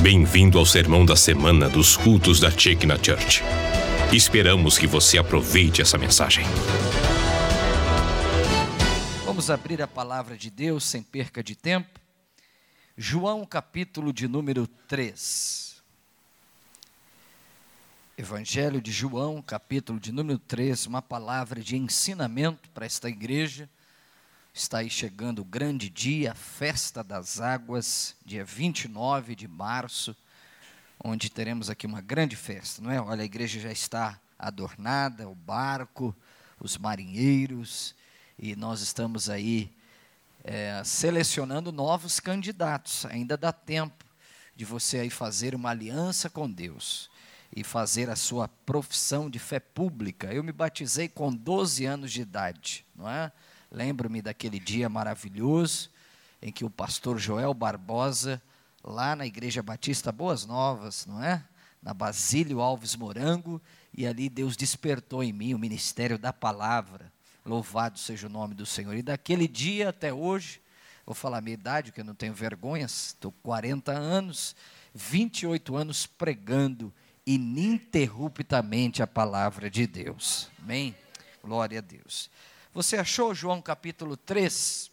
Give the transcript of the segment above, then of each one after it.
Bem-vindo ao sermão da semana dos cultos da Shekinah Church. Esperamos que você aproveite essa mensagem. Vamos abrir a palavra de Deus sem perca de tempo. João, capítulo de número 3. Evangelho de João, capítulo de número 3, uma palavra de ensinamento para esta igreja. Está aí chegando o grande dia, a Festa das Águas, dia 29 de março, onde teremos aqui uma grande festa, não é? Olha, a igreja já está adornada, o barco, os marinheiros, e nós estamos aí selecionando novos candidatos. Ainda dá tempo de você aí fazer uma aliança com Deus e fazer a sua profissão de fé pública. Eu me batizei com 12 anos de idade, não é? Lembro-me daquele dia maravilhoso em que o pastor Joel Barbosa, lá na Igreja Batista Boas Novas, não é? Na Basílio Alves Morango, e ali Deus despertou em mim o ministério da palavra. Louvado seja o nome do Senhor. E daquele dia até hoje, vou falar a minha idade, que eu não tenho vergonha, estou com 40 anos, 28 anos pregando ininterruptamente a palavra de Deus. Amém? Glória a Deus. Você achou João capítulo 3?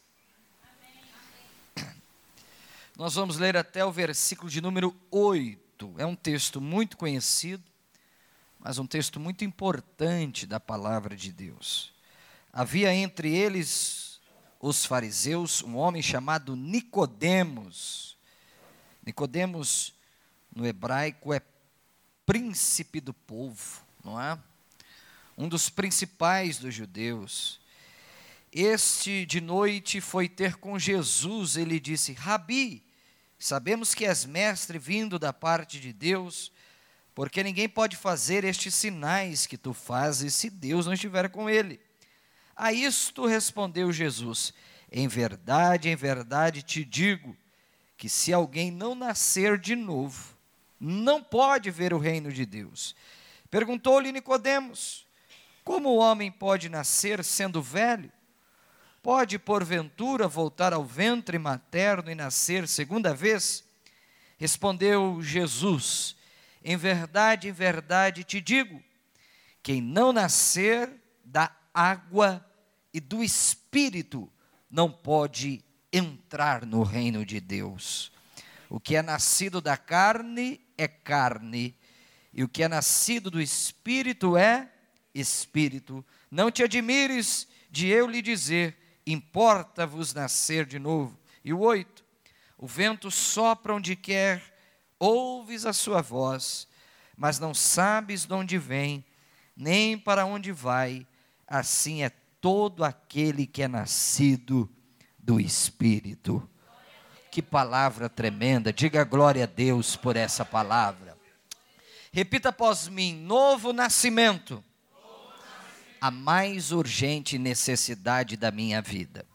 Amém. Nós vamos ler até o versículo de número 8. É um texto muito conhecido, mas um texto muito importante da palavra de Deus. Havia entre eles, os fariseus, um homem chamado Nicodemos. Nicodemos, no hebraico, é príncipe do povo, não é? Um dos principais dos judeus. Este de noite foi ter com Jesus, ele disse: Rabi, sabemos que és mestre vindo da parte de Deus, porque ninguém pode fazer estes sinais que tu fazes se Deus não estiver com ele. A isto respondeu Jesus: em verdade te digo, que se alguém não nascer de novo, não pode ver o reino de Deus. Perguntou-lhe Nicodemos: como o homem pode nascer sendo velho? Pode, porventura, voltar ao ventre materno e nascer segunda vez? Respondeu Jesus: em verdade te digo, quem não nascer da água e do Espírito não pode entrar no reino de Deus. O que é nascido da carne é carne, e o que é nascido do Espírito é Espírito. Não te admires de eu lhe dizer: importa-vos nascer de novo. E o 8, o vento sopra onde quer, ouves a sua voz, mas não sabes de onde vem, nem para onde vai. Assim é todo aquele que é nascido do Espírito. Que palavra tremenda, diga glória a Deus por essa palavra. Repita após mim: novo nascimento. A mais urgente necessidade da minha vida.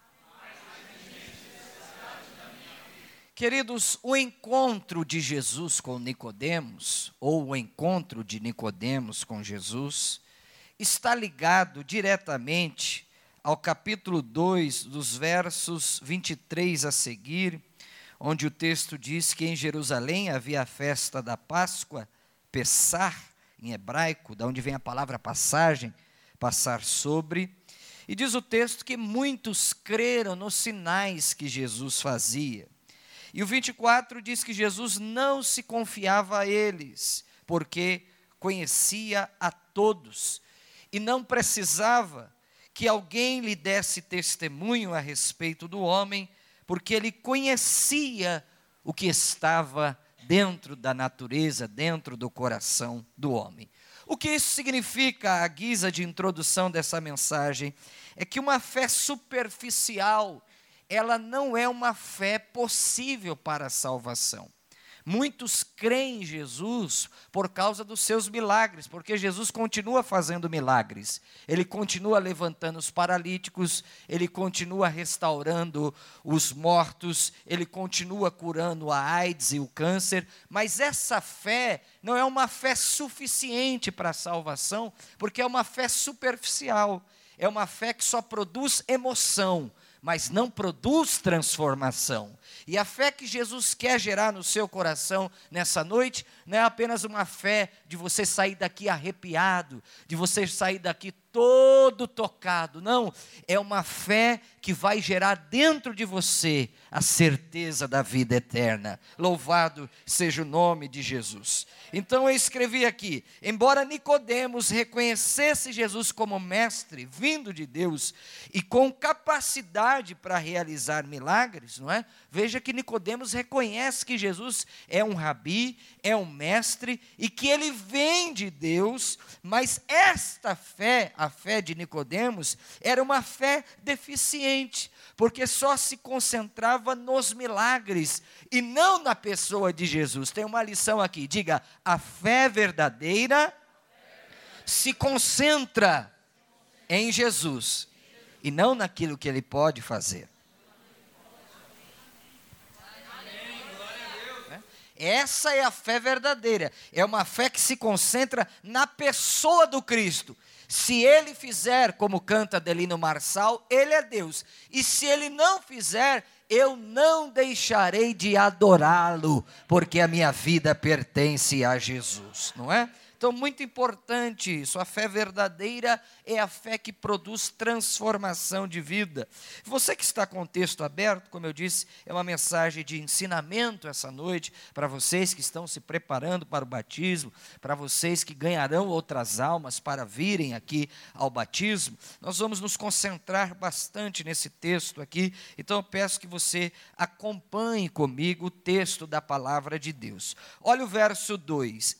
Queridos, o encontro de Jesus com Nicodemos, ou o encontro de Nicodemos com Jesus, está ligado diretamente ao capítulo 2, dos versos 23 a seguir, onde o texto diz que em Jerusalém havia a festa da Páscoa, Pessah, em hebraico, da onde vem a palavra passagem, passar sobre, e diz o texto que muitos creram nos sinais que Jesus fazia. E o 24 diz que Jesus não se confiava a eles, porque conhecia a todos, e não precisava que alguém lhe desse testemunho a respeito do homem, porque ele conhecia o que estava dentro da natureza, dentro do coração do homem. O que isso significa, à guisa de introdução dessa mensagem, é que uma fé superficial, ela não é uma fé possível para a salvação. Muitos creem em Jesus por causa dos seus milagres, porque Jesus continua fazendo milagres. Ele continua levantando os paralíticos, ele continua restaurando os mortos, ele continua curando a AIDS e o câncer, mas essa fé não é uma fé suficiente para a salvação, porque é uma fé superficial, é uma fé que só produz emoção, mas não produz transformação. E a fé que Jesus quer gerar no seu coração nessa noite, não é apenas uma fé de você sair daqui arrepiado, de você sair daqui todo tocado, não, é uma fé que vai gerar dentro de você a certeza da vida eterna. Louvado seja o nome de Jesus. Então eu escrevi aqui, embora Nicodemos reconhecesse Jesus como mestre, vindo de Deus, e com capacidade para realizar milagres, não é? Veja que Nicodemos reconhece que Jesus é um rabi, é um mestre, e que ele vem de Deus, mas esta fé, a fé de Nicodemos, era uma fé deficiente, porque só se concentrava nos milagres, e não na pessoa de Jesus. Tem uma lição aqui, diga, a fé verdadeira se concentra em Jesus, e não naquilo que Ele pode fazer. Essa é a fé verdadeira, é uma fé que se concentra na pessoa do Cristo. Se Ele fizer, como canta Adelino Marçal, Ele é Deus, e se Ele não fizer, eu não deixarei de adorá-lo, porque a minha vida pertence a Jesus, não é? Então, muito importante isso, a fé verdadeira é a fé que produz transformação de vida. Você que está com o texto aberto, como eu disse, é uma mensagem de ensinamento essa noite, para vocês que estão se preparando para o batismo, para vocês que ganharão outras almas para virem aqui ao batismo. Nós vamos nos concentrar bastante nesse texto aqui, então eu peço que você acompanhe comigo o texto da palavra de Deus. Olha o verso 2,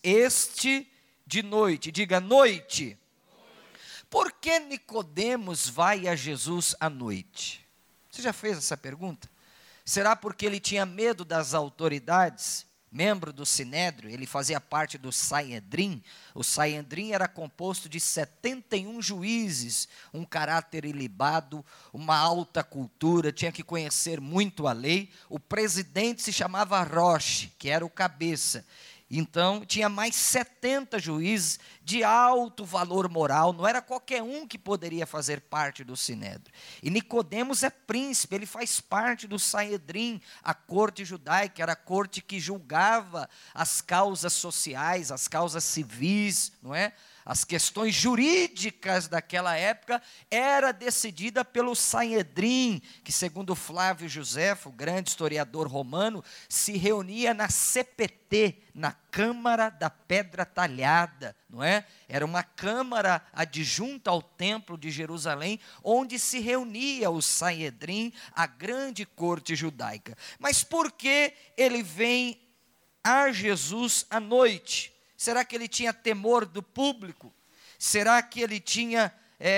de noite, diga noite. Por que Nicodemos vai a Jesus à noite? Você já fez essa pergunta? Será porque ele tinha medo das autoridades? Membro do Sinédrio, ele fazia parte do Sanhedrim. O Sanhedrim era composto de 71 juízes, um caráter ilibado, uma alta cultura, tinha que conhecer muito a lei. O presidente se chamava Roche, que era o cabeça. Então, tinha mais 70 juízes de alto valor moral, não era qualquer um que poderia fazer parte do Sinédrio. E Nicodemos é príncipe, ele faz parte do Sanhedrim, a corte judaica, era a corte que julgava as causas sociais, as causas civis, não é? As questões jurídicas daquela época era decidida pelo Sanhedrim, que segundo Flávio Josefo, grande historiador romano, se reunia na CPT, na Câmara da Pedra Talhada, não é? Era uma câmara adjunta ao Templo de Jerusalém, onde se reunia o Sanhedrim, a grande corte judaica. Mas por que ele vem a Jesus à noite? Será que ele tinha temor do público? Será que ele tinha,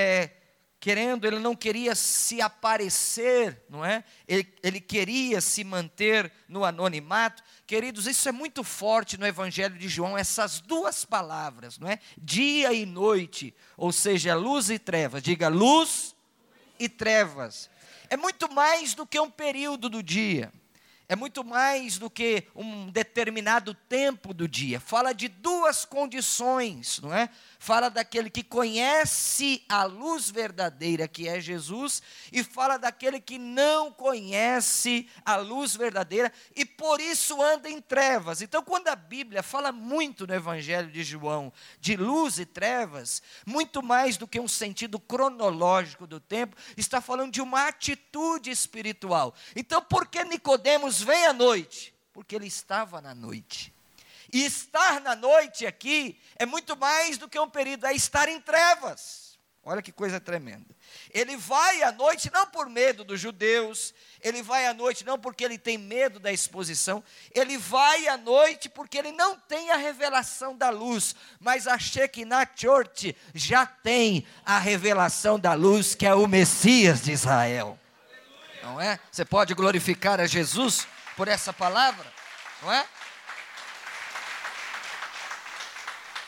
ele não queria se aparecer, não é? Ele queria se manter no anonimato? Queridos, isso é muito forte no Evangelho de João, essas duas palavras, não é? Dia e noite, ou seja, luz e trevas. Diga luz e trevas. É muito mais do que um período do dia. É muito mais do que um determinado tempo do dia. Fala de duas condições, não é? Fala daquele que conhece a luz verdadeira, que é Jesus, e fala daquele que não conhece a luz verdadeira e por isso anda em trevas. Então, quando a Bíblia fala muito no Evangelho de João de luz e trevas, muito mais do que um sentido cronológico do tempo, está falando de uma atitude espiritual. Então, por que Nicodemos vem à noite? Porque ele estava na noite. E estar na noite aqui é muito mais do que um período, é estar em trevas. Olha que coisa tremenda. Ele vai à noite não por medo dos judeus, ele vai à noite não porque ele tem medo da exposição, ele vai à noite porque ele não tem a revelação da luz, mas a Shekinah Church já tem a revelação da luz, que é o Messias de Israel. Não é? Você pode glorificar a Jesus por essa palavra, não é?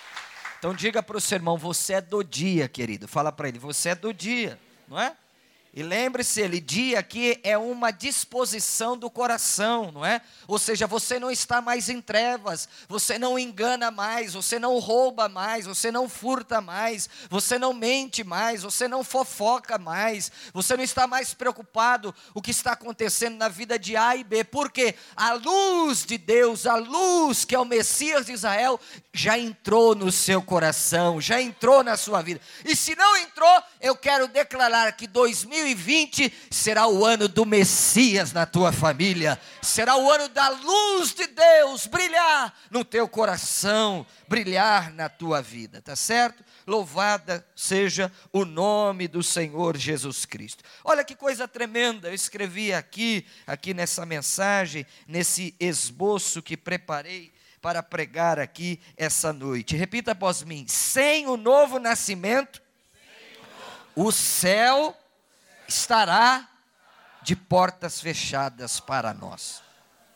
Então diga para o seu irmão, você é do dia, querido. Fala para ele, você é do dia, não é? E lembre-se, ele dia aqui é uma disposição do coração, não é? Ou seja, você não está mais em trevas, você não engana mais, você não rouba mais, você não furta mais, você não mente mais, você não fofoca mais, você não está mais preocupado o que está acontecendo na vida de A e B, porque a luz de Deus, a luz que é o Messias de Israel, já entrou no seu coração, já entrou na sua vida. E se não entrou, eu quero declarar que 2020 será o ano do Messias na tua família, será o ano da luz de Deus brilhar no teu coração, brilhar na tua vida, tá certo? Louvada seja o nome do Senhor Jesus Cristo. Olha que coisa tremenda, eu escrevi aqui nessa mensagem, nesse esboço que preparei para pregar aqui essa noite. Repita após mim: sem o novo nascimento, o céu estará de portas fechadas para nós.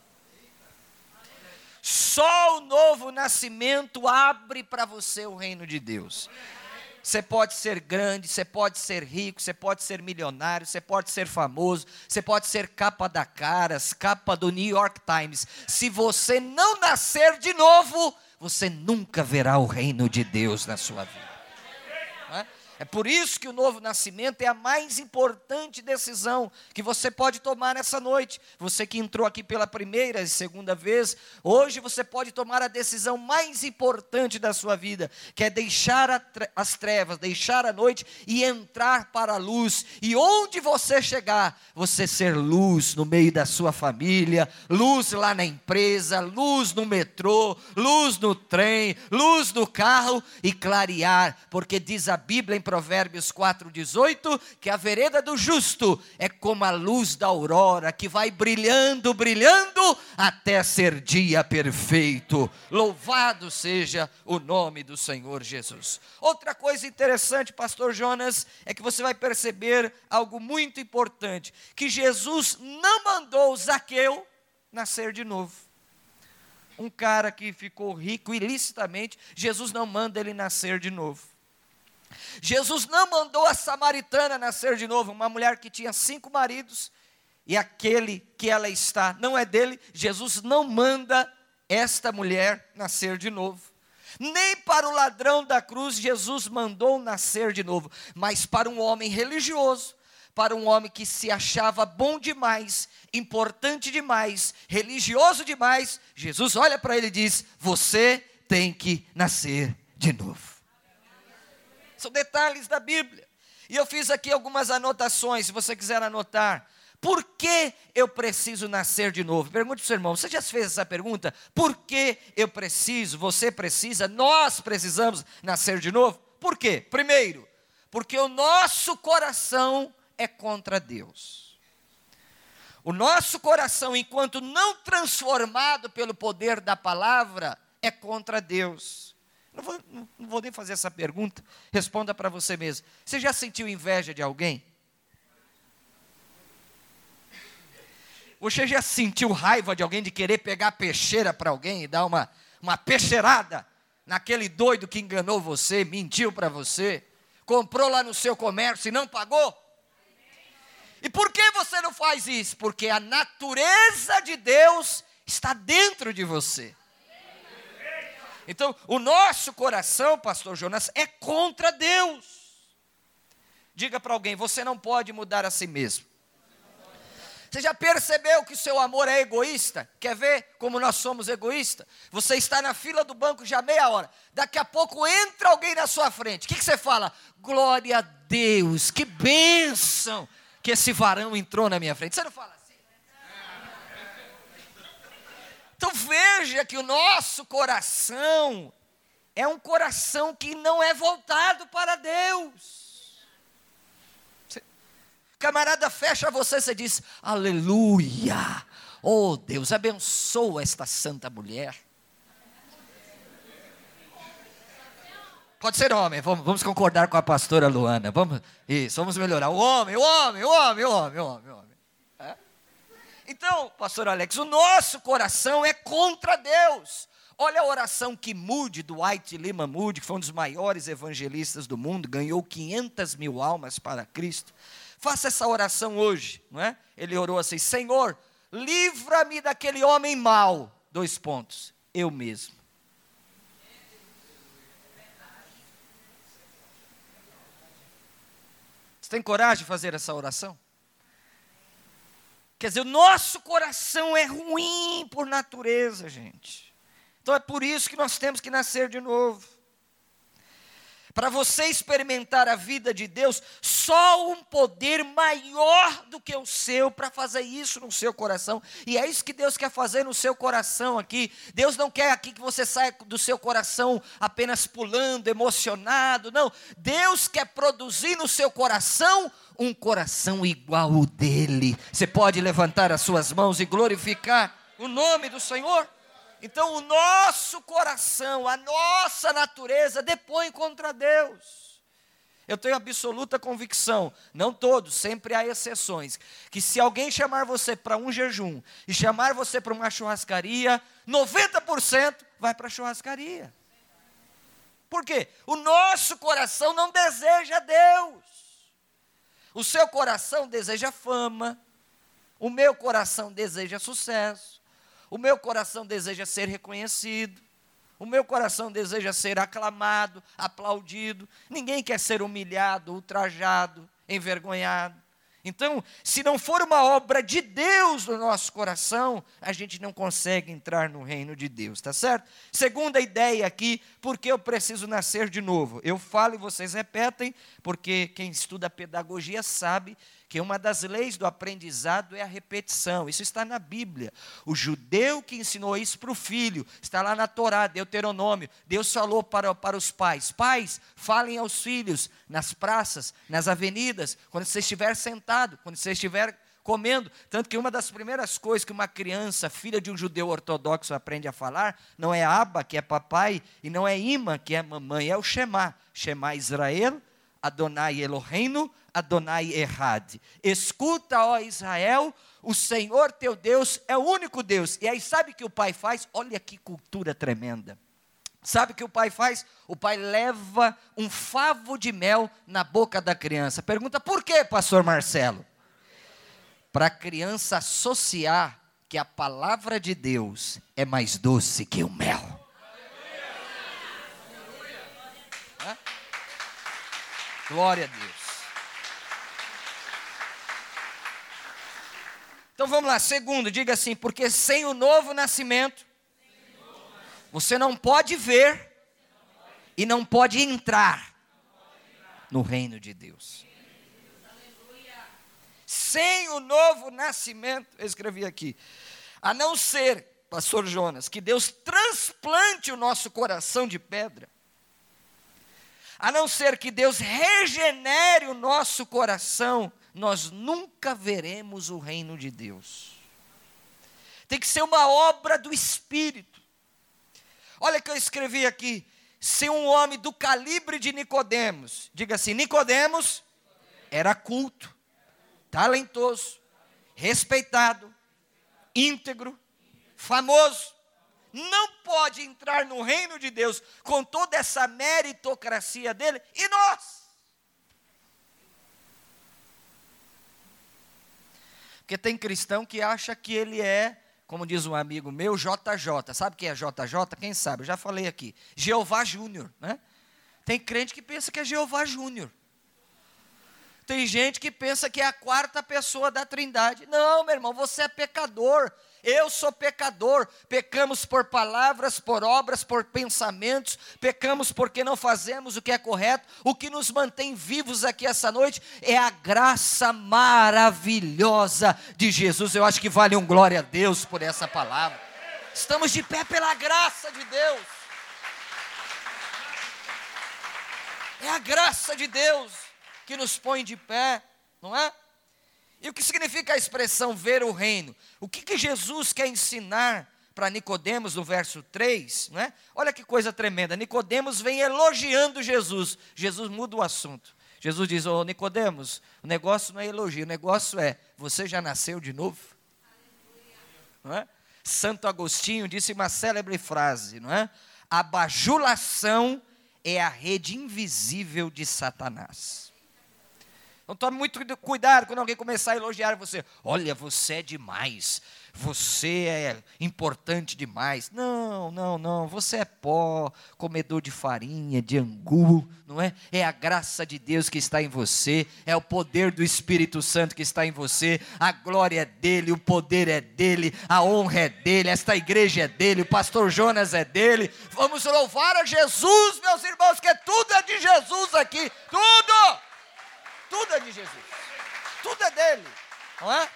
Só o novo nascimento abre para você o reino de Deus. Você pode ser grande, você pode ser rico, você pode ser milionário, você pode ser famoso, você pode ser capa da Caras, capa do New York Times. Se você não nascer de novo, você nunca verá o reino de Deus na sua vida. Não é? É por isso que o novo nascimento é a mais importante decisão que você pode tomar nessa noite. Você que entrou aqui pela primeira e segunda vez, hoje você pode tomar a decisão mais importante da sua vida, que é deixar as trevas, deixar a noite e entrar para a luz. E onde você chegar, você ser luz no meio da sua família, luz lá na empresa, luz no metrô, luz no trem, luz no carro e clarear, porque diz a Bíblia em Provérbios 4,18, que a vereda do justo é como a luz da aurora, que vai brilhando, brilhando, até ser dia perfeito. Louvado seja o nome do Senhor Jesus. Outra coisa interessante, pastor Jonas, é que você vai perceber algo muito importante, que Jesus não mandou Zaqueu nascer de novo. Um cara que ficou rico ilicitamente, Jesus não manda ele nascer de novo. Jesus não mandou a samaritana nascer de novo, uma mulher que tinha 5 maridos, e aquele que ela está não é dele. Jesus não manda esta mulher nascer de novo. Nem para o ladrão da cruz Jesus mandou nascer de novo, mas para um homem religioso, para um homem que se achava bom demais, importante demais, religioso demais, Jesus olha para ele e diz: você tem que nascer de novo. São detalhes da Bíblia. E eu fiz aqui algumas anotações, se você quiser anotar. Por que eu preciso nascer de novo? Pergunte para o seu irmão, você já fez essa pergunta? Por que eu preciso, você precisa, nós precisamos nascer de novo? Por quê? Primeiro, porque o nosso coração é contra Deus. O nosso coração, enquanto não transformado pelo poder da palavra, é contra Deus. Não vou nem fazer essa pergunta, responda para você mesmo. Você já sentiu inveja de alguém? Você já sentiu raiva de alguém, de querer pegar peixeira para alguém e dar uma peixeirada naquele doido que enganou você, mentiu para você, comprou lá no seu comércio e não pagou? E por que você não faz isso? Porque a natureza de Deus está dentro de você. Então, o nosso coração, pastor Jonas, é contra Deus. Diga para alguém, você não pode mudar a si mesmo. Você já percebeu que o seu amor é egoísta? Quer ver como nós somos egoístas? Você está na fila do banco já meia hora. Daqui a pouco entra alguém na sua frente. O que você fala? Glória a Deus, que bênção que esse varão entrou na minha frente. Você não fala assim? Então veja que o nosso coração é um coração que não é voltado para Deus. Camarada fecha você diz, aleluia, oh Deus, abençoa esta santa mulher. Pode ser homem, vamos concordar com a pastora Luana, vamos melhorar, o homem. Então, pastor Alex, o nosso coração é contra Deus. Olha a oração que Moody, Dwight Lyman Moody, que foi um dos maiores evangelistas do mundo, ganhou 500 mil almas para Cristo. Faça essa oração hoje, não é? Ele orou assim: Senhor, livra-me daquele homem mau. : eu mesmo. Você tem coragem de fazer essa oração? Quer dizer, o nosso coração é ruim por natureza, gente. Então é por isso que nós temos que nascer de novo. Para você experimentar a vida de Deus, só um poder maior do que o seu para fazer isso no seu coração. E é isso que Deus quer fazer no seu coração aqui. Deus não quer aqui que você saia do seu coração apenas pulando, emocionado. Não, Deus quer produzir no seu coração um coração igual ao dele. Você pode levantar as suas mãos e glorificar o nome do Senhor? Então o nosso coração, a nossa natureza depõe contra Deus. Eu tenho absoluta convicção, não todos, sempre há exceções, que se alguém chamar você para um jejum e chamar você para uma churrascaria, 90% vai para a churrascaria. Por quê? O nosso coração não deseja Deus. O seu coração deseja fama, o meu coração deseja sucesso. O meu coração deseja ser reconhecido. O meu coração deseja ser aclamado, aplaudido. Ninguém quer ser humilhado, ultrajado, envergonhado. Então, se não for uma obra de Deus no nosso coração, a gente não consegue entrar no reino de Deus, tá certo? Segunda ideia aqui, porque eu preciso nascer de novo. Eu falo e vocês repetem, porque quem estuda pedagogia sabe que uma das leis do aprendizado é a repetição. Isso está na Bíblia. O judeu que ensinou isso para o filho, está lá na Torá, Deuteronômio. Deus falou para os pais: pais, falem aos filhos nas praças, nas avenidas, quando você estiver sentado, quando você estiver comendo. Tanto que uma das primeiras coisas que uma criança, filha de um judeu ortodoxo, aprende a falar, não é Abba, que é papai, e não é Ima, que é mamãe, é o Shema. Shema Israel, Adonai Eloheinu, Adonai Errad. Escuta, ó Israel, o Senhor teu Deus é o único Deus. E aí sabe o que o pai faz? Olha que cultura tremenda. Sabe o que o pai faz? O pai leva um favo de mel na boca da criança. Pergunta: por quê, pastor Marcelo? Para a criança associar que a palavra de Deus é mais doce que o mel. Glória a Deus. Então vamos lá, segundo, diga assim: porque sem o novo nascimento, você não pode ver e não pode entrar no reino de Deus. Sem o novo nascimento, eu escrevi aqui, a não ser, pastor Jonas, que Deus transplante o nosso coração de pedra, a não ser que Deus regenere o nosso coração, nós nunca veremos o reino de Deus. Tem que ser uma obra do Espírito. Olha o que eu escrevi aqui: se um homem do calibre de Nicodemos, diga assim, Nicodemos era culto, talentoso, respeitado, íntegro, famoso, não pode entrar no reino de Deus com toda essa meritocracia dele, e nós? Porque tem cristão que acha que ele é, como diz um amigo meu, JJ. Sabe o que é JJ? Quem sabe? Eu já falei aqui. Jeová Júnior, né? Tem crente que pensa que é Jeová Júnior. Tem gente que pensa que é a quarta pessoa da Trindade. Não, meu irmão, você é pecador. Eu sou pecador. Pecamos por palavras, por obras, por pensamentos. Pecamos porque não fazemos o que é correto. O que nos mantém vivos aqui essa noite é a graça maravilhosa de Jesus. Eu acho que vale um glória a Deus por essa palavra. Estamos de pé pela graça de Deus. É a graça de Deus que nos põe de pé, não é? E o que significa a expressão ver o reino? O que Jesus quer ensinar para Nicodemos no verso 3, não é? Olha que coisa tremenda. Nicodemos vem elogiando Jesus. Jesus muda o assunto. Jesus diz: ô Nicodemos, o negócio não é elogio, o negócio é: você já nasceu de novo? Não é? Santo Agostinho disse uma célebre frase, não é? A bajulação é a rede invisível de Satanás. Então tome muito cuidado quando alguém começar a elogiar você. Olha, você é demais. Você é importante demais. Não, não, não. Você é pó, comedor de farinha, de angu, não é? É a graça de Deus que está em você. É o poder do Espírito Santo que está em você. A glória é dele, o poder é dele, a honra é dele, esta igreja é dele, o pastor Jonas é dele. Vamos louvar a Jesus, meus irmãos, que tudo é de Jesus aqui. Tudo! Tudo é de Jesus. Tudo é dele, não é?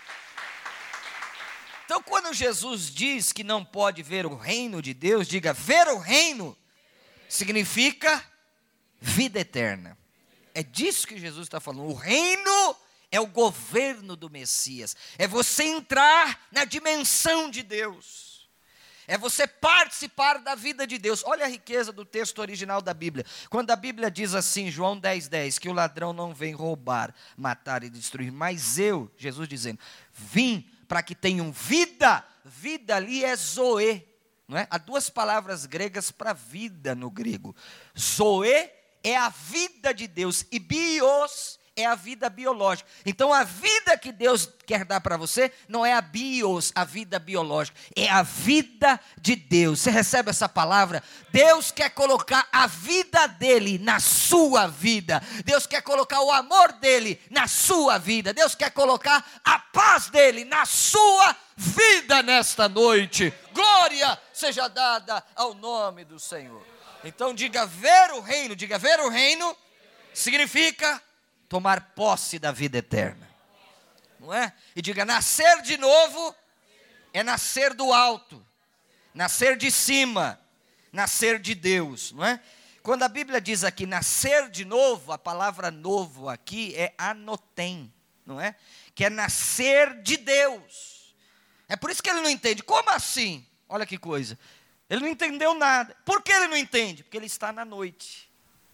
Então, quando Jesus diz que não pode ver o reino de Deus, diga, ver o reino significa vida eterna. É disso que Jesus está falando. O reino é o governo do Messias. É você entrar na dimensão de Deus. É você participar da vida de Deus. Olha a riqueza do texto original da Bíblia. Quando a Bíblia diz assim, João 10:10, que o ladrão não vem roubar, matar e destruir, mas eu, Jesus dizendo, vim para que tenham vida. Vida ali é zoe, não é? Há duas palavras gregas para vida no grego. Zoe é a vida de Deus e bios é a vida biológica. Então a vida que Deus quer dar para você não é a bios, a vida biológica, é a vida de Deus. Você recebe essa palavra? Deus quer colocar a vida dele na sua vida. Deus quer colocar o amor dele na sua vida. Deus quer colocar a paz dele na sua vida nesta noite. Glória seja dada ao nome do Senhor. Então diga ver o reino, diga ver o reino significa tomar posse da vida eterna, não é? E diga, nascer de novo é nascer do alto, nascer de cima, nascer de Deus, não é? Quando a Bíblia diz aqui nascer de novo, a palavra novo aqui é anotem, não é? Que é nascer de Deus. É por isso que ele não entende. Como assim? Olha que coisa. Ele não entendeu nada. Por que ele não entende? Porque ele está na noite.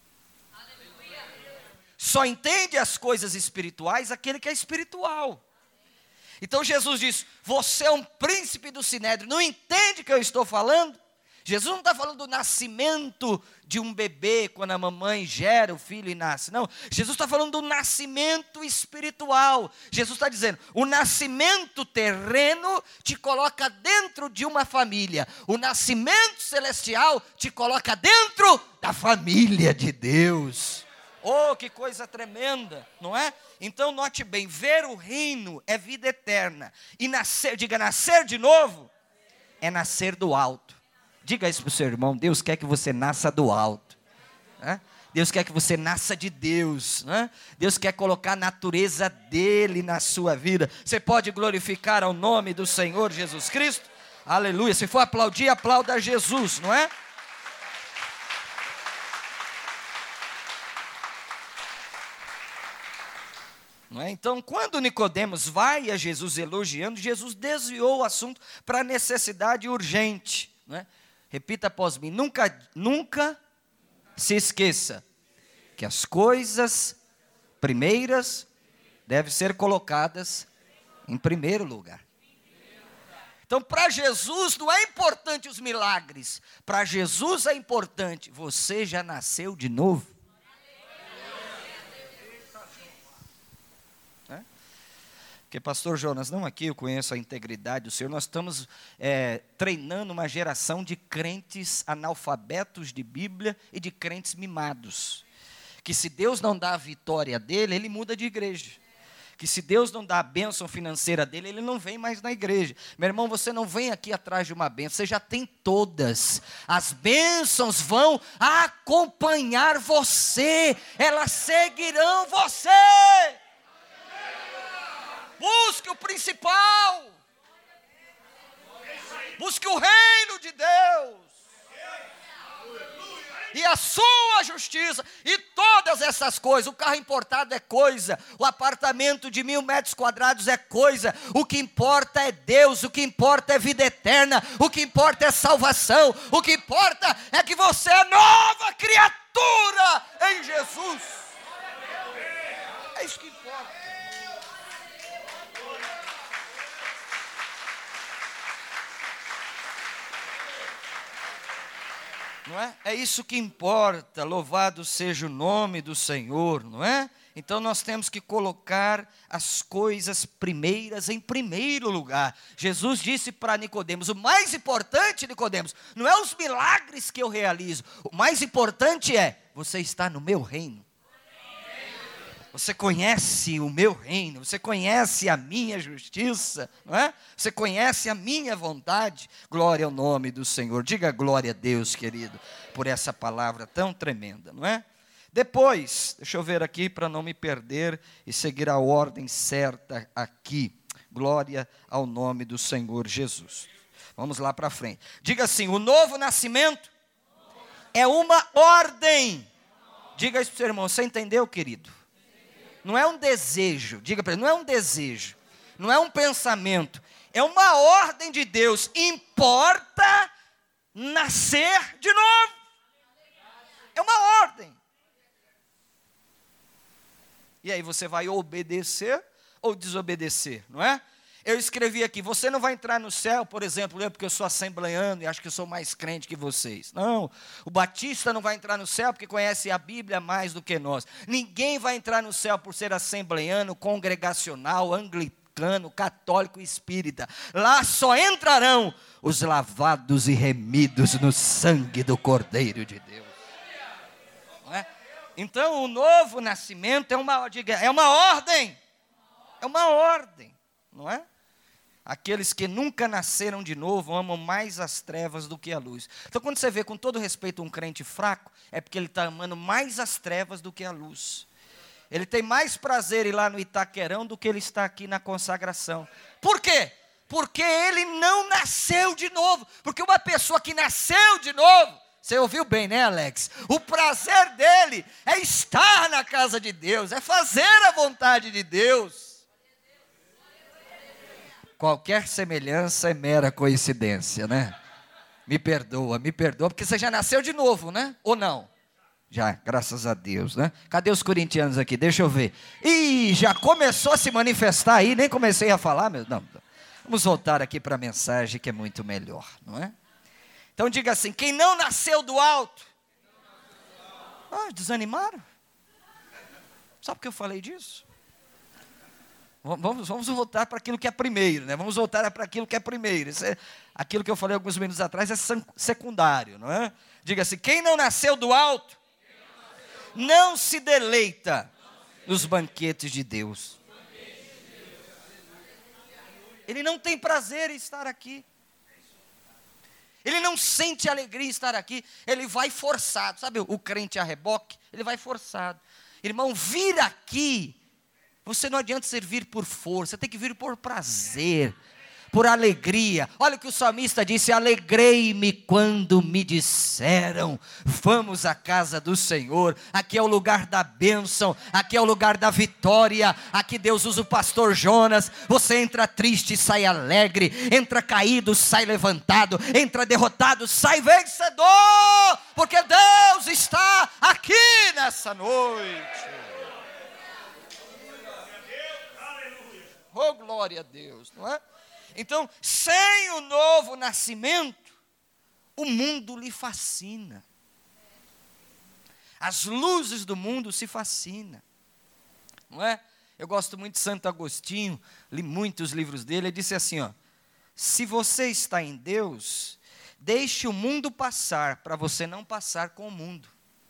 Só entende as coisas espirituais aquele que é espiritual. Então Jesus diz, você é um príncipe do sinédrio, não entende o que eu estou falando? Jesus não está falando do nascimento de um bebê, quando a mamãe gera o filho e nasce, não. Jesus está falando do nascimento espiritual. Jesus está dizendo, o nascimento terreno te coloca dentro de uma família. O nascimento celestial te coloca dentro da família de Deus. Oh, que coisa tremenda, não é? Então note bem, ver o reino é vida eterna. E nascer, diga, nascer de novo é nascer do alto. Diga isso para o seu irmão, Deus quer que você nasça do alto. Né? Deus quer que você nasça de Deus. Né? Deus quer colocar a natureza dele na sua vida. Você pode glorificar ao nome do Senhor Jesus Cristo? Aleluia, se for aplaudir, aplauda Jesus, não é? Não é? Então, quando Nicodemos vai a Jesus elogiando, Jesus desviou o assunto para a necessidade urgente. Não é? Repita após mim, nunca se esqueça que as coisas primeiras devem ser colocadas em primeiro lugar. Então, para Jesus não é importante os milagres, para Jesus é importante, você já nasceu de novo. Porque pastor Jonas, não aqui eu conheço a integridade do Senhor, nós estamos treinando uma geração de crentes analfabetos de Bíblia e de crentes mimados, que se Deus não dá a vitória dele, ele muda de igreja, que se Deus não dá a bênção financeira dele, ele não vem mais na igreja. Meu irmão, você não vem aqui atrás de uma bênção, você já tem todas, as bênçãos vão acompanhar você, elas seguirão você. Busque o principal. Busque o reino de Deus. E a sua justiça. E todas essas coisas. O carro importado é coisa. O apartamento de 1.000 metros quadrados é coisa. O que importa é Deus. O que importa é vida eterna. O que importa é salvação. O que importa é que você é nova criatura em Jesus. É isso que importa. Não é? É isso que importa, louvado seja o nome do Senhor, não é? Então nós temos que colocar as coisas primeiras em primeiro lugar. Jesus disse para Nicodemos, o mais importante, Nicodemos, não é os milagres que eu realizo, o mais importante é, você está no meu reino. Você conhece o meu reino, você conhece a minha justiça, não é? Você conhece a minha vontade. Glória ao nome do Senhor. Diga glória a Deus, querido, por essa palavra tão tremenda, não é? Depois, deixa eu ver aqui para não me perder e seguir a ordem certa aqui. Glória ao nome do Senhor Jesus. Vamos lá para frente. Diga assim, o novo nascimento é uma ordem. Diga isso para o seu irmão, você entendeu, querido? Não é um desejo, diga para ele, não é um desejo, não é um pensamento, é uma ordem de Deus. Importa nascer de novo. É uma ordem. E aí você vai obedecer ou desobedecer, não é? Eu escrevi aqui, você não vai entrar no céu, por exemplo, porque eu sou assembleano e acho que eu sou mais crente que vocês. Não, o batista não vai entrar no céu porque conhece a Bíblia mais do que nós. Ninguém vai entrar no céu por ser assembleano, congregacional, anglicano, católico e espírita. Lá só entrarão os lavados e remidos no sangue do Cordeiro de Deus. Não é? Então o novo nascimento é uma ordem. É uma ordem, não é? Aqueles que nunca nasceram de novo amam mais as trevas do que a luz. Então quando você vê com todo respeito um crente fraco, é porque ele está amando mais as trevas do que a luz. Ele tem mais prazer em ir lá no Itaquerão do que ele está aqui na consagração. Por quê? Porque ele não nasceu de novo. Porque uma pessoa que nasceu de novo, você ouviu bem, né, Alex? O prazer dele é estar na casa de Deus, é fazer a vontade de Deus. Qualquer semelhança é mera coincidência, né? Me perdoa, porque você já nasceu de novo, né? Ou não? Já, graças a Deus, né? Cadê os corintianos aqui? Deixa eu ver. Ih, já começou a se manifestar aí, nem comecei a falar, meu. Não. Vamos voltar aqui para a mensagem que é muito melhor, não é? Então diga assim, quem não nasceu do alto. Desanimaram? Só porque eu falei disso? Vamos voltar para aquilo que é primeiro, né? Vamos voltar para aquilo que é primeiro. Aquilo que eu falei alguns minutos atrás é secundário, não é? Diga assim, quem não nasceu do alto, não se deleita nos banquetes de Deus. Ele não tem prazer em estar aqui. Ele não sente alegria em estar aqui. Ele vai forçado. Sabe o crente a reboque? Ele vai forçado. Irmão, vir aqui. Você não adianta servir por força, você tem que vir por prazer, por alegria. Olha o que o salmista disse, alegrei-me quando me disseram, vamos à casa do Senhor. Aqui é o lugar da bênção, aqui é o lugar da vitória. Aqui Deus usa o pastor Jonas. Você entra triste, sai alegre. Entra caído, sai levantado. Entra derrotado, sai vencedor. Porque Deus está aqui nessa noite. Oh, glória a Deus, não é? Então, sem o novo nascimento, o mundo lhe fascina. As luzes do mundo se fascinam, não é? Eu gosto muito de Santo Agostinho, li muitos livros dele, ele disse assim, se você está em Deus, deixe o mundo passar, para você não passar com o mundo.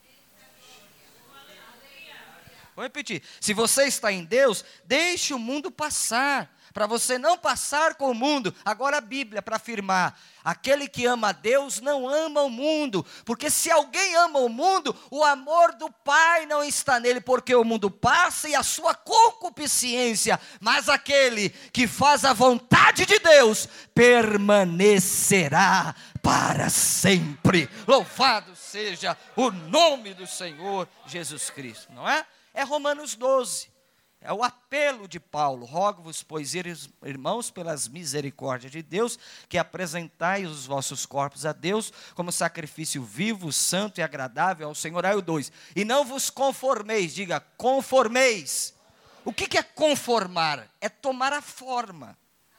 Vou repetir, se você está em Deus, deixe o mundo passar, para você não passar com o mundo. Agora a Bíblia para afirmar, aquele que ama a Deus não ama o mundo, porque se alguém ama o mundo, o amor do Pai não está nele, porque o mundo passa e a sua concupiscência, mas aquele que faz a vontade de Deus, permanecerá para sempre. Louvado seja o nome do Senhor Jesus Cristo, não é? É Romanos 12, é o apelo de Paulo, rogo-vos, pois, irmãos, pelas misericórdias de Deus, que apresentai os vossos corpos a Deus, como sacrifício vivo, santo e agradável ao Senhor. Aí o 2, e não vos conformeis, diga, conformeis. O que é conformar? É tomar a forma.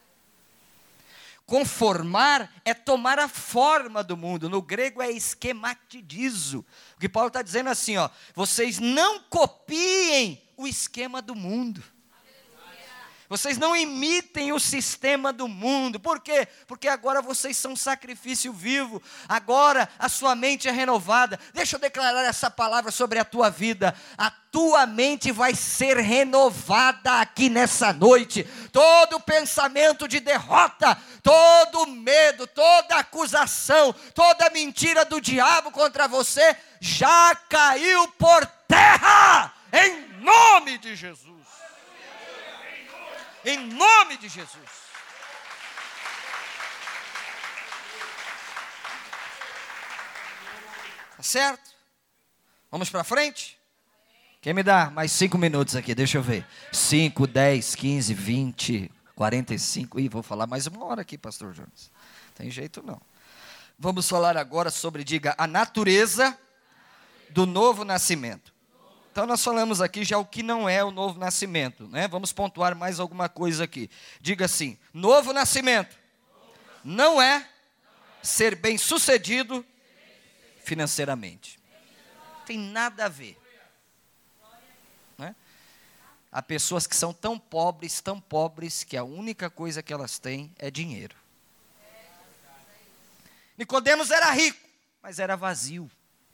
Conformar é tomar a forma do mundo. No grego é esquematizo. O que Paulo está dizendo assim, vocês não copiem o esquema do mundo. Vocês não imitem o sistema do mundo. Por quê? Porque agora vocês são sacrifício vivo. Agora a sua mente é renovada. Deixa eu declarar essa palavra sobre a tua vida. A tua mente vai ser renovada aqui nessa noite. Todo pensamento de derrota, todo medo, toda acusação, toda mentira do diabo contra você já caiu por terra. Em nome de Jesus. Em nome de Jesus. Tá certo? Vamos para frente? Quem me dá mais 5 minutos aqui? Deixa eu ver. 5, 10, 15, 20, 45. Ih, vou falar mais 1 hora aqui, pastor Jonas. Tem jeito não. Vamos falar agora sobre, diga, a natureza do novo nascimento. Então nós falamos aqui já o que não é o novo nascimento, né? Vamos pontuar mais alguma coisa aqui. Diga assim: novo nascimento não é ser bem-sucedido financeiramente. Não tem nada a ver. Né? Há pessoas que são tão pobres, que a única coisa que elas têm é dinheiro. Nicodemos era rico, mas era vazio.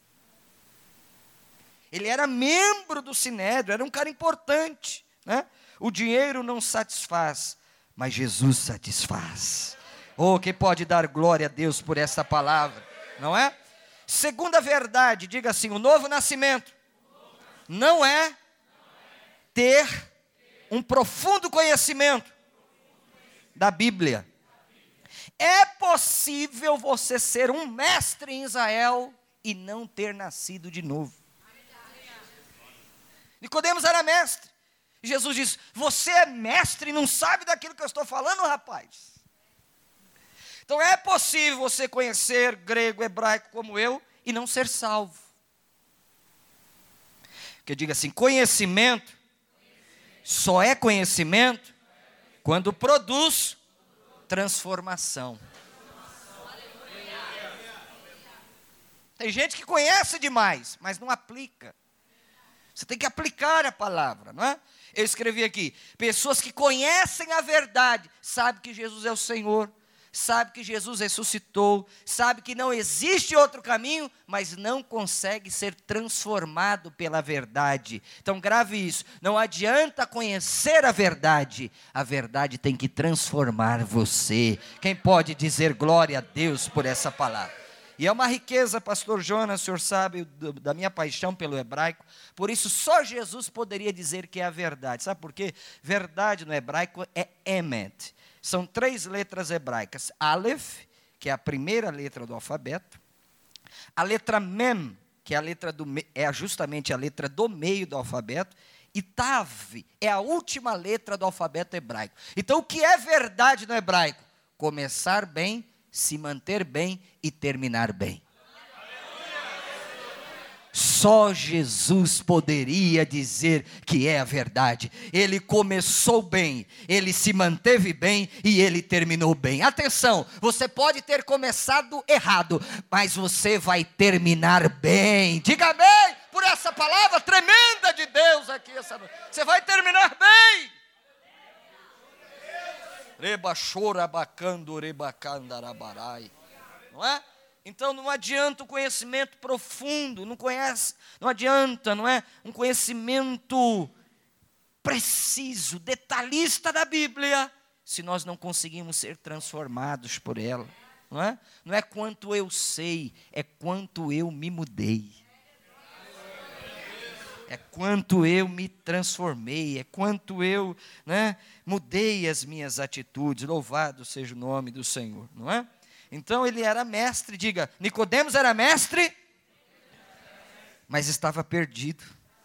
Ele era membro do Sinédrio, era um cara importante, né? O dinheiro não satisfaz, mas Jesus satisfaz. Oh, quem pode dar glória a Deus por essa palavra, não é? Segunda verdade, diga assim: o novo nascimento não é ter um profundo conhecimento da Bíblia. É possível você ser um mestre em Israel e não ter nascido de novo. Nicodemos era mestre. E Jesus diz: você é mestre e não sabe daquilo que eu estou falando, rapaz. Então é possível você conhecer grego, hebraico como eu e não ser salvo. Porque diga assim: conhecimento só é conhecimento quando produz transformação. Tem gente que conhece demais, mas não aplica. Você tem que aplicar a palavra, não é? Eu escrevi aqui: pessoas que conhecem a verdade, sabem que Jesus é o Senhor, sabem que Jesus ressuscitou, sabem que não existe outro caminho, mas não consegue ser transformado pela verdade. Então grave isso: não adianta conhecer a verdade tem que transformar você. Quem pode dizer glória a Deus por essa palavra? E é uma riqueza, pastor Jonas, o senhor sabe da minha paixão pelo hebraico, por isso só Jesus poderia dizer que é a verdade. Sabe por quê? Verdade no hebraico é emet. São 3 letras hebraicas: Aleph, que é a primeira letra do alfabeto; a letra Mem, que é a letra é justamente a letra do meio do alfabeto; e Tav é a última letra do alfabeto hebraico. Então o que é verdade no hebraico? Começar bem, se manter bem e terminar bem. Só Jesus poderia dizer que é a verdade. Ele começou bem, ele se manteve bem e ele terminou bem. Atenção, você pode ter começado errado, mas você vai terminar bem. Diga bem por essa palavra tremenda de Deus aqui essa noite. Você vai terminar bem. Não é? Então não adianta o conhecimento profundo, não adianta, não é? Um conhecimento preciso, detalhista da Bíblia, se nós não conseguimos ser transformados por ela, não é? Não é quanto eu sei, é quanto eu me mudei. É quanto eu me transformei, é quanto eu, né, mudei as minhas atitudes. Louvado seja o nome do Senhor, não é? Então ele era mestre, diga, Nicodemos era mestre, mas estava perdido.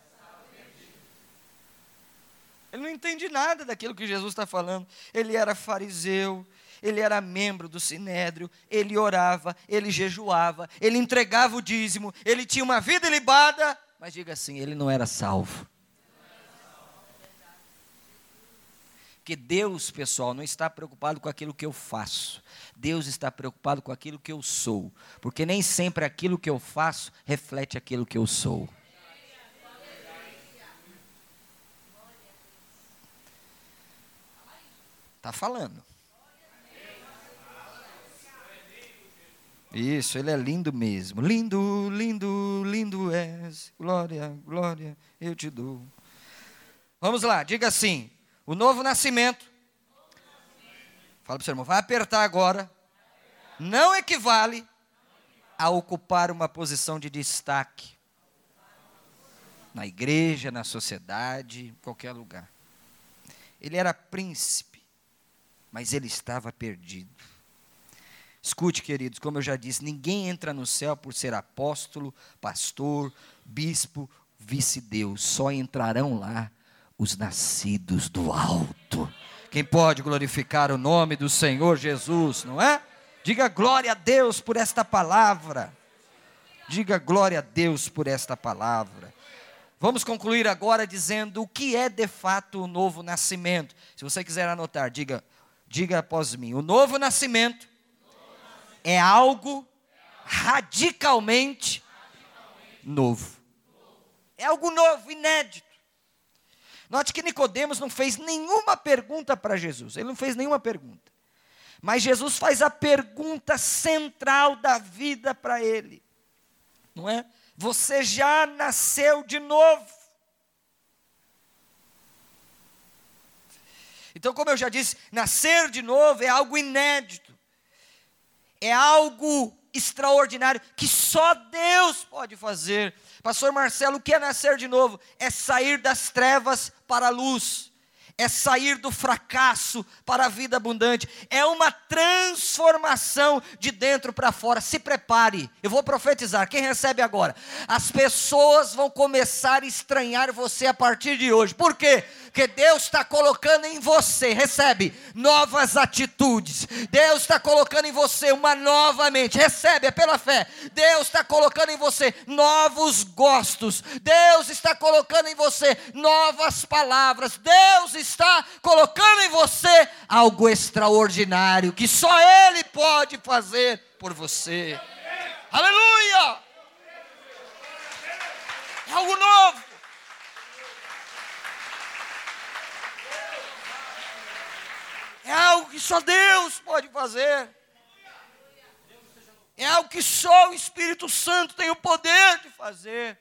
Ele não entende nada daquilo que Jesus está falando. Ele era fariseu, ele era membro do Sinédrio, ele orava, ele jejuava, ele entregava o dízimo, ele tinha uma vida ilibada, mas diga assim, ele não era salvo. Porque Deus, pessoal, não está preocupado com aquilo que eu faço. Deus está preocupado com aquilo que eu sou. Porque nem sempre aquilo que eu faço reflete aquilo que eu sou. Está falando. Isso, ele é lindo mesmo. Lindo, lindo, lindo és. Glória, glória, eu te dou. Vamos lá, diga assim. O novo nascimento. Fala para o seu irmão, vai apertar agora. Não equivale a ocupar uma posição de destaque. Na igreja, na sociedade, em qualquer lugar. Ele era príncipe, mas ele estava perdido. Escute, queridos, como eu já disse, ninguém entra no céu por ser apóstolo, pastor, bispo, vice-deus. Só entrarão lá os nascidos do alto. Quem pode glorificar o nome do Senhor Jesus, não é? Diga glória a Deus por esta palavra. Diga glória a Deus por esta palavra. Vamos concluir agora dizendo o que é de fato o novo nascimento. Se você quiser anotar, diga após mim. O novo nascimento é algo radicalmente novo. É algo novo, inédito. Note que Nicodemos não fez nenhuma pergunta para Jesus. Ele não fez nenhuma pergunta. Mas Jesus faz a pergunta central da vida para ele. Não é? Você já nasceu de novo. Então, como eu já disse, nascer de novo é algo inédito. É algo extraordinário que só Deus pode fazer. Pastor Marcelo, o que é nascer de novo? É sair das trevas para a luz. É sair do fracasso para a vida abundante. É uma transformação de dentro para fora. Se prepare, eu vou profetizar. Quem recebe agora? As pessoas vão começar a estranhar você a partir de hoje. Por quê? Porque Deus está colocando em você, recebe, novas atitudes. Deus está colocando em você uma nova mente. Recebe, é pela fé. Deus está colocando em você novos gostos. Deus está colocando em você novas palavras. Deus está colocando em você algo extraordinário que só Ele pode fazer por você. Aleluia! É algo novo. É algo que só Deus pode fazer. É algo que só o Espírito Santo tem o poder de fazer.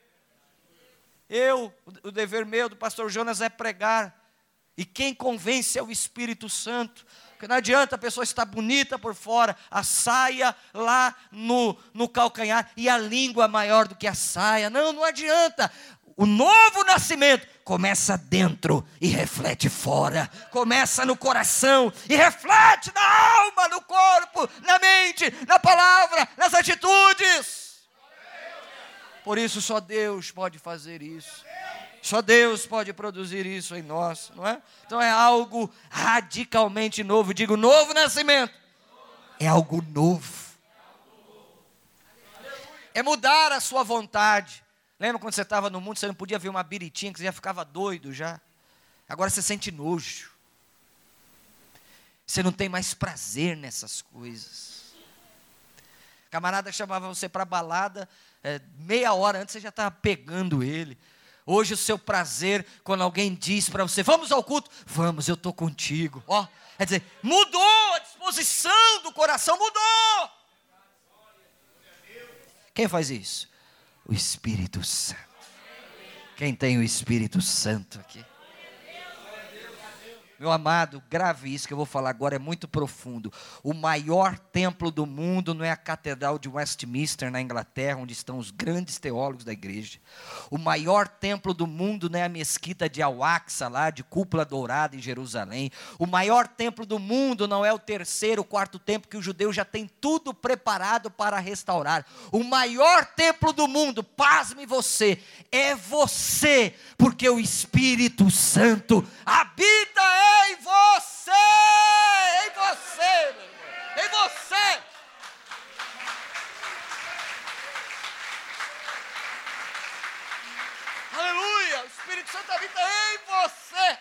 O dever meu do pastor Jonas é pregar. E quem convence é o Espírito Santo. Porque não adianta a pessoa estar bonita por fora, a saia lá no calcanhar e a língua maior do que a saia. Não adianta. O novo nascimento começa dentro e reflete fora. Começa no coração e reflete na alma, no corpo, na mente, na palavra, nas atitudes. Por isso só Deus pode fazer isso. Só Deus pode produzir isso em nós, não é? Então é algo radicalmente novo. Digo, novo nascimento. É algo novo. É mudar a sua vontade. Lembra quando você estava no mundo, você não podia ver uma biritinha, que você já ficava doido já? Agora você sente nojo. Você não tem mais prazer nessas coisas. Camarada chamava você para balada, meia hora antes você já estava pegando ele. Hoje o seu prazer, quando alguém diz para você, vamos ao culto, vamos, eu estou contigo. Ó, quer dizer, mudou a disposição do coração, mudou. Quem faz isso? O Espírito Santo. Quem tem o Espírito Santo aqui? Meu amado, grave isso que eu vou falar agora, é muito profundo. O maior templo do mundo não é a Catedral de Westminster, na Inglaterra, onde estão os grandes teólogos da igreja. O maior templo do mundo não é a Mesquita de Al-Aqsa, lá de Cúpula Dourada, em Jerusalém. O maior templo do mundo não é o terceiro, o quarto templo, que o judeu já tem tudo preparado para restaurar. O maior templo do mundo, pasme você, é você, porque o Espírito Santo habita em você, meu irmão, em você. Aleluia, o Espírito Santo habita em você.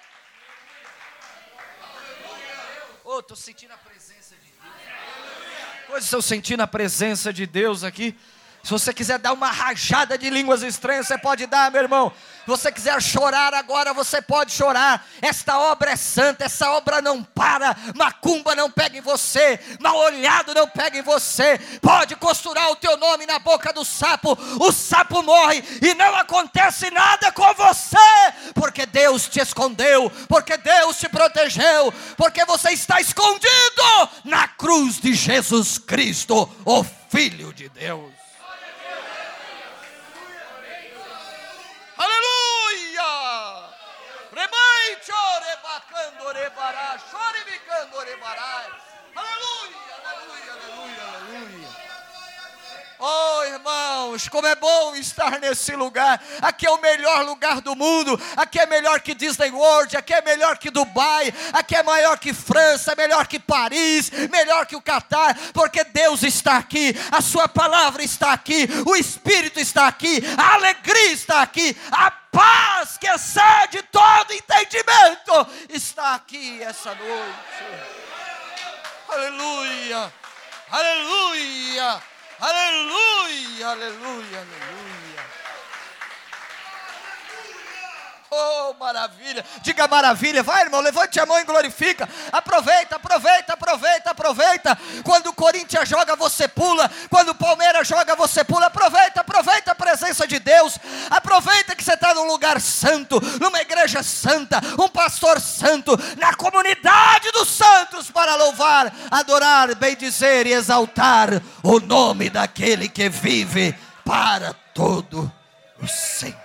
Oh, estou sentindo a presença de Deus. Pois estou sentindo a presença de Deus aqui. Se você quiser dar uma rajada de línguas estranhas, você pode dar, meu irmão. Se você quiser chorar agora, você pode chorar. Esta obra é santa, essa obra não para. Macumba não pega em você, mal olhado não pega em você. Pode costurar o teu nome na boca do sapo, o sapo morre e não acontece nada com você, porque Deus te escondeu, porque Deus te protegeu, porque você está escondido na cruz de Jesus Cristo, o Filho de Deus. Aleluia! Remai chore bacando rebará, chore bicando rebará. Aleluia, aleluia, aleluia, aleluia. Oh, irmãos, como é bom estar nesse lugar. Aqui é o melhor lugar do mundo. Aqui é melhor que Disney World, aqui é melhor que Dubai, aqui é maior que França, melhor que Paris, melhor que o Catar, porque Deus está aqui, a sua palavra está aqui, o Espírito está aqui, a alegria está aqui, a paz que excede todo entendimento está aqui essa noite. Aleluia, aleluia, aleluia, aleluia, aleluia. Oh, maravilha. Diga maravilha. Vai, irmão, levante a mão e glorifica. Aproveita, aproveita, aproveita, aproveita. Quando o Corinthians joga, você pula. Quando o Palmeiras joga, você pula. Aproveita, aproveita a presença de Deus. Aproveita que você está num lugar santo, numa igreja santa, um pastor santo, na comunidade dos santos, para louvar, adorar, bendizer e exaltar o nome daquele que vive para todo o sempre.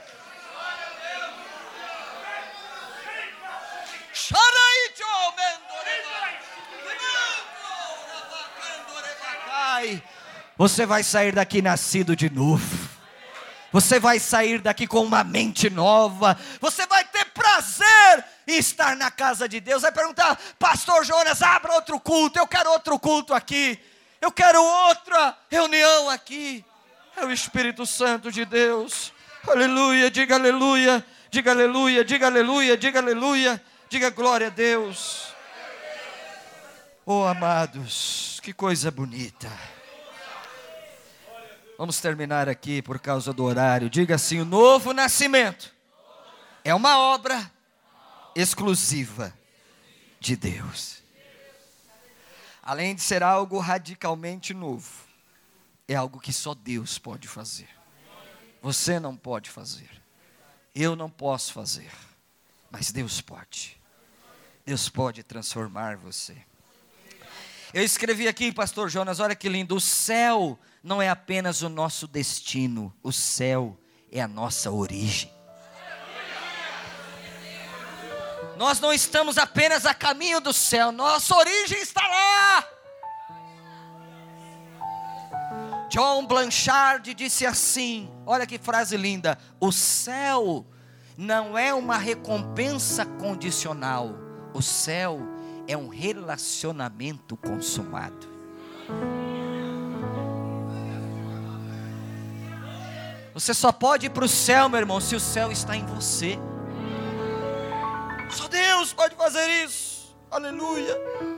Você vai sair daqui nascido de novo. Você vai sair daqui com uma mente nova. Você vai ter prazer em estar na casa de Deus. Vai perguntar: pastor Jonas, abra outro culto. Eu quero outro culto aqui. Eu quero outra reunião aqui. É o Espírito Santo de Deus. Aleluia, diga aleluia. Diga aleluia, diga aleluia, diga aleluia. Diga glória a Deus. Oh, amados, que coisa bonita. Vamos terminar aqui por causa do horário. Diga assim: o novo nascimento é uma obra exclusiva de Deus. Além de ser algo radicalmente novo, é algo que só Deus pode fazer. Você não pode fazer. Eu não posso fazer. Mas Deus pode. Deus pode transformar você. Eu escrevi aqui, pastor Jonas, olha que lindo. O céu não é apenas o nosso destino. O céu é a nossa origem. Nós não estamos apenas a caminho do céu. Nossa origem está lá. John Blanchard disse assim, olha que frase linda: o céu não é uma recompensa condicional. O céu é um relacionamento consumado. Você só pode ir para o céu, meu irmão, se o céu está em você. Só Deus pode fazer isso. Aleluia.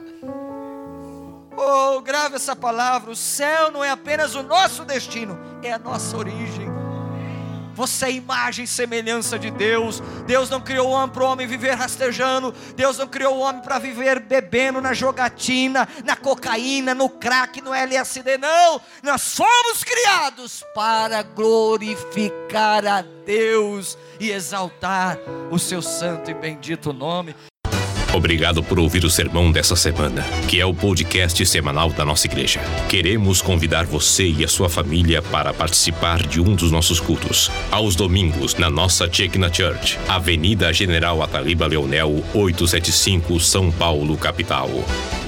Oh, grave essa palavra. O céu não é apenas o nosso destino, é a nossa origem. Você é imagem e semelhança de Deus. Deus não criou o homem para o homem viver rastejando. Deus não criou o homem para viver bebendo na jogatina, na cocaína, no crack, no LSD. Não, nós fomos criados para glorificar a Deus e exaltar o seu santo e bendito nome. Obrigado por ouvir o sermão dessa semana, que é o podcast semanal da nossa igreja. Queremos convidar você e a sua família para participar de um dos nossos cultos, aos domingos, na nossa Shekinah Church, Avenida General Ataliba Leonel, 875, São Paulo, capital.